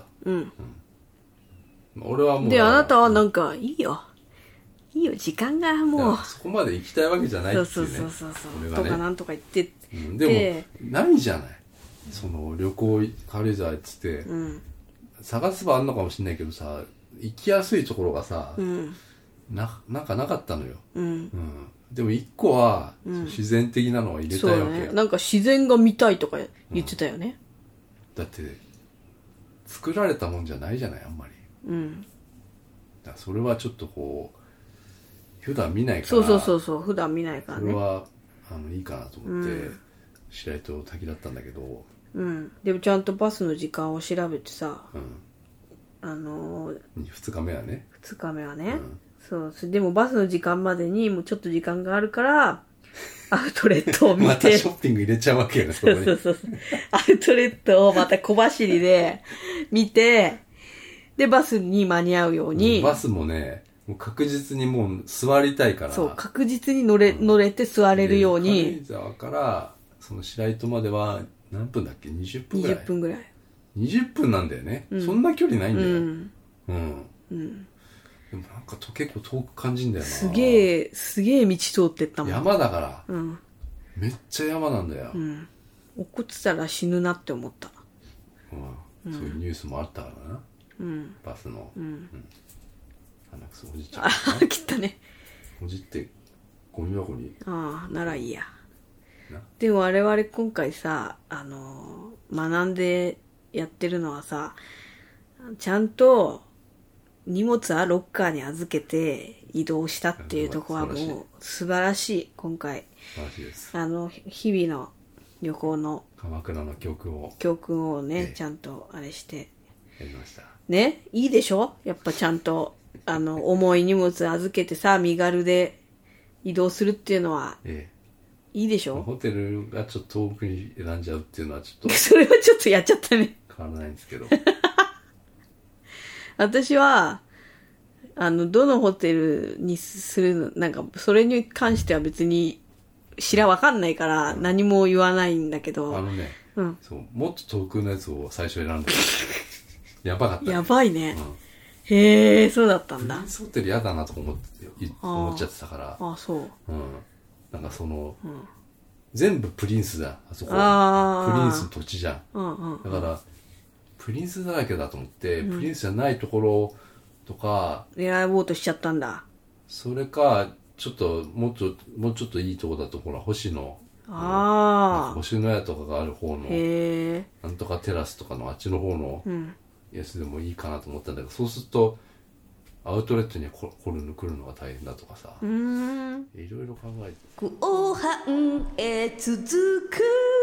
俺はもう。 で、あなたはなんか、いいよ、時間がもう。 そこまで行きたいわけじゃないっていうね。 そう、ね、とかなんとか言って。 でも、ないじゃない。その、旅行、軽井沢っつって、探せばあんのかもしれないけどさ、行きやすいところがさ、なんかなかったのよ。でも一個は、自然的なのは入れたいわけよ。 そうね。なんか自然が見たいとか言ってたよね。 だって、作られたもんじゃないじゃない、あんまり。だからそれはちょっとこう普段見ないから。 そう普段見ないからね。 それはいいかなと思って、白糸滝だったんだけど、 でもちゃんとバスの時間を調べてさ、 2日目はね、 そうでもバスの時間までにもうちょっと時間があるからアウトレットを見てまたショッピング入れちゃうわけよね。 そうアウトレットをまた小走りで見て、でバスに間に合うように、 バスもね、もう確実にもう座りたいから、 そう確実に乗れて座れるように。 軽井沢からその白糸までは何分だっけ、20分ぐらい。 20分ぐらい。 20分なんだよね、そんな距離ないんだよ。でもなんか結構遠く感じんだよな。すげえ道通ってったもん。 山だから、めっちゃ山なんだよ。 落っこってたら死ぬなって思った。 そういうニュースもあったからな。バスの。鼻くそほじっちゃう。切ったね。 ほじってゴミ箱に。 ならいいや。でも我々今回さ、学んでやってるのはさ、ちゃんと荷物はロッカーに預けて移動したっていうところはもう素晴らしい。今回素晴らしいです。 日々の旅行の鎌倉の教訓をね、ちゃんとあれしてやりましたね。いいでしょ、やっぱちゃんと重い荷物預けてさ、身軽で移動するっていうのは、いいでしょ。 ホテルがちょっと遠くに選んじゃうっていうのはちょっとそれはちょっとやっちゃったね。 変わらないんですけど私はどのホテルにするの、なんかそれに関しては別にわかんないから何も言わないんだけど、 そうもっと遠くのやつを最初選んでやばかったね。 やばいね、へえ、そうだったんだ。 プリンスホテル嫌だなとか思っちゃってたから。 ああ、そう。 なんか全部プリンスだ、あそこ。プリンスの土地じゃん。だから、プリンスだらけだと思って、プリンスじゃないところとか。 選ぼうとしちゃったんだ。 それか、もうちょっといいとこだと、ほら、星野。星の屋とかがある方の、なんとかテラスとかのあっちの方のやつでもいいかなと思ったんだけど、そうすると、アウトレットに来るのが大変だとかさ、いろいろ考えて。 後半へ続く